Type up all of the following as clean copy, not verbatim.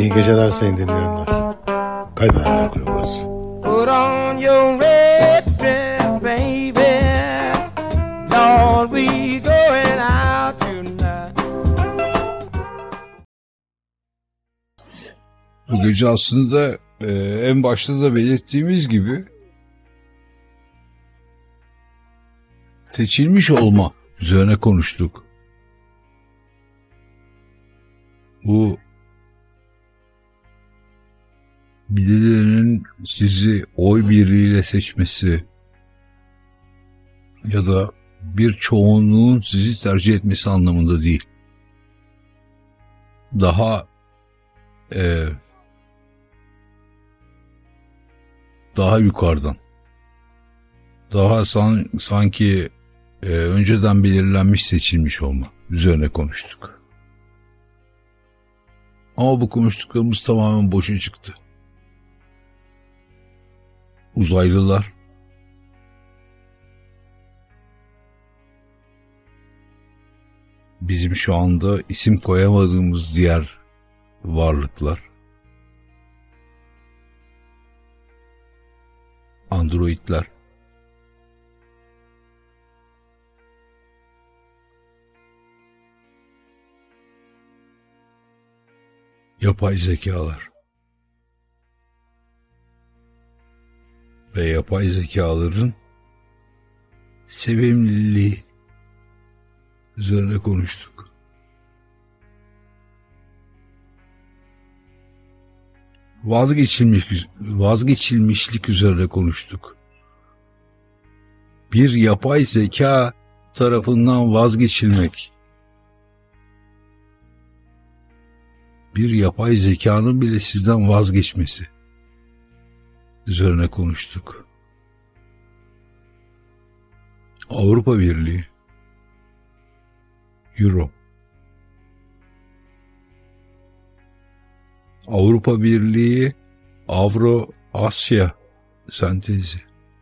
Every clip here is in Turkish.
İyi geceler sayın dinleyenler. Kaybedenler Kulübü burası. Put on your red dress, baby. Lord, we going out tonight. Bu gece aslında en başta da belirttiğimiz gibi seçilmiş olma üzerine konuştuk. Bu birilerinin sizi oy birliğiyle seçmesi ya da bir çoğunluğun sizi tercih etmesi anlamında değil. Daha yukarıdan, daha sanki önceden belirlenmiş seçilmiş olma üzerine konuştuk. Ama bu konuştuklarımız tamamen boşa çıktı. Uzaylılar, bizim şu anda isim koyamadığımız diğer varlıklar, androidler, yapay zekalar ve yapay zekaların sevimliliği üzerine konuştuk. Vazgeçilmişlik üzerine konuştuk. Bir yapay zeka tarafından vazgeçilmek, bir yapay zekanın bile sizden vazgeçmesi üzerine konuştuk. Avrupa Birliği, Euro, Avrupa Birliği, Avro-Asya sentezi,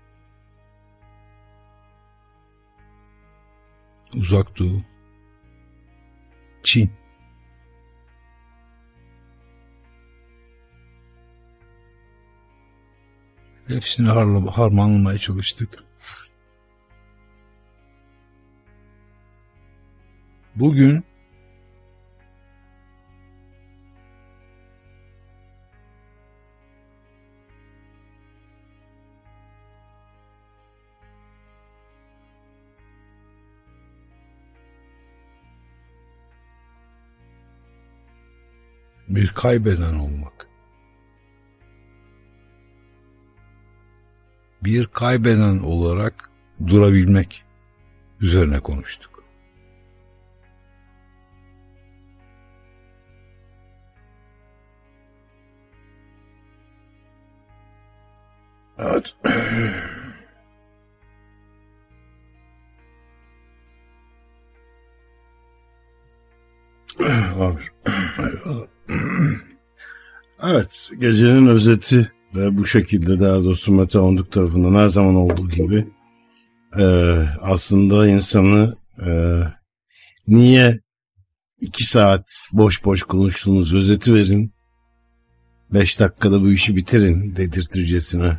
Uzak Doğu, Çin, hepsini harmanlamaya çalıştık. Bugün bir kaybeden olmak, bir kaybeden olarak durabilmek üzerine konuştuk. Evet. Evet, gecenin özeti ve bu şekilde daha doğrusu Mete Onduk tarafından her zaman olduğu gibi aslında insanı niye 2 saat boş boş konuştuğunuz özeti verin, 5 dakikada bu işi bitirin dedirtircesine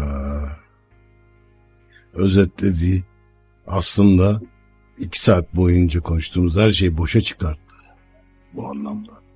özetlediği, aslında 2 saat boyunca konuştuğumuz her şey boşa çıkarttı bu anlamda.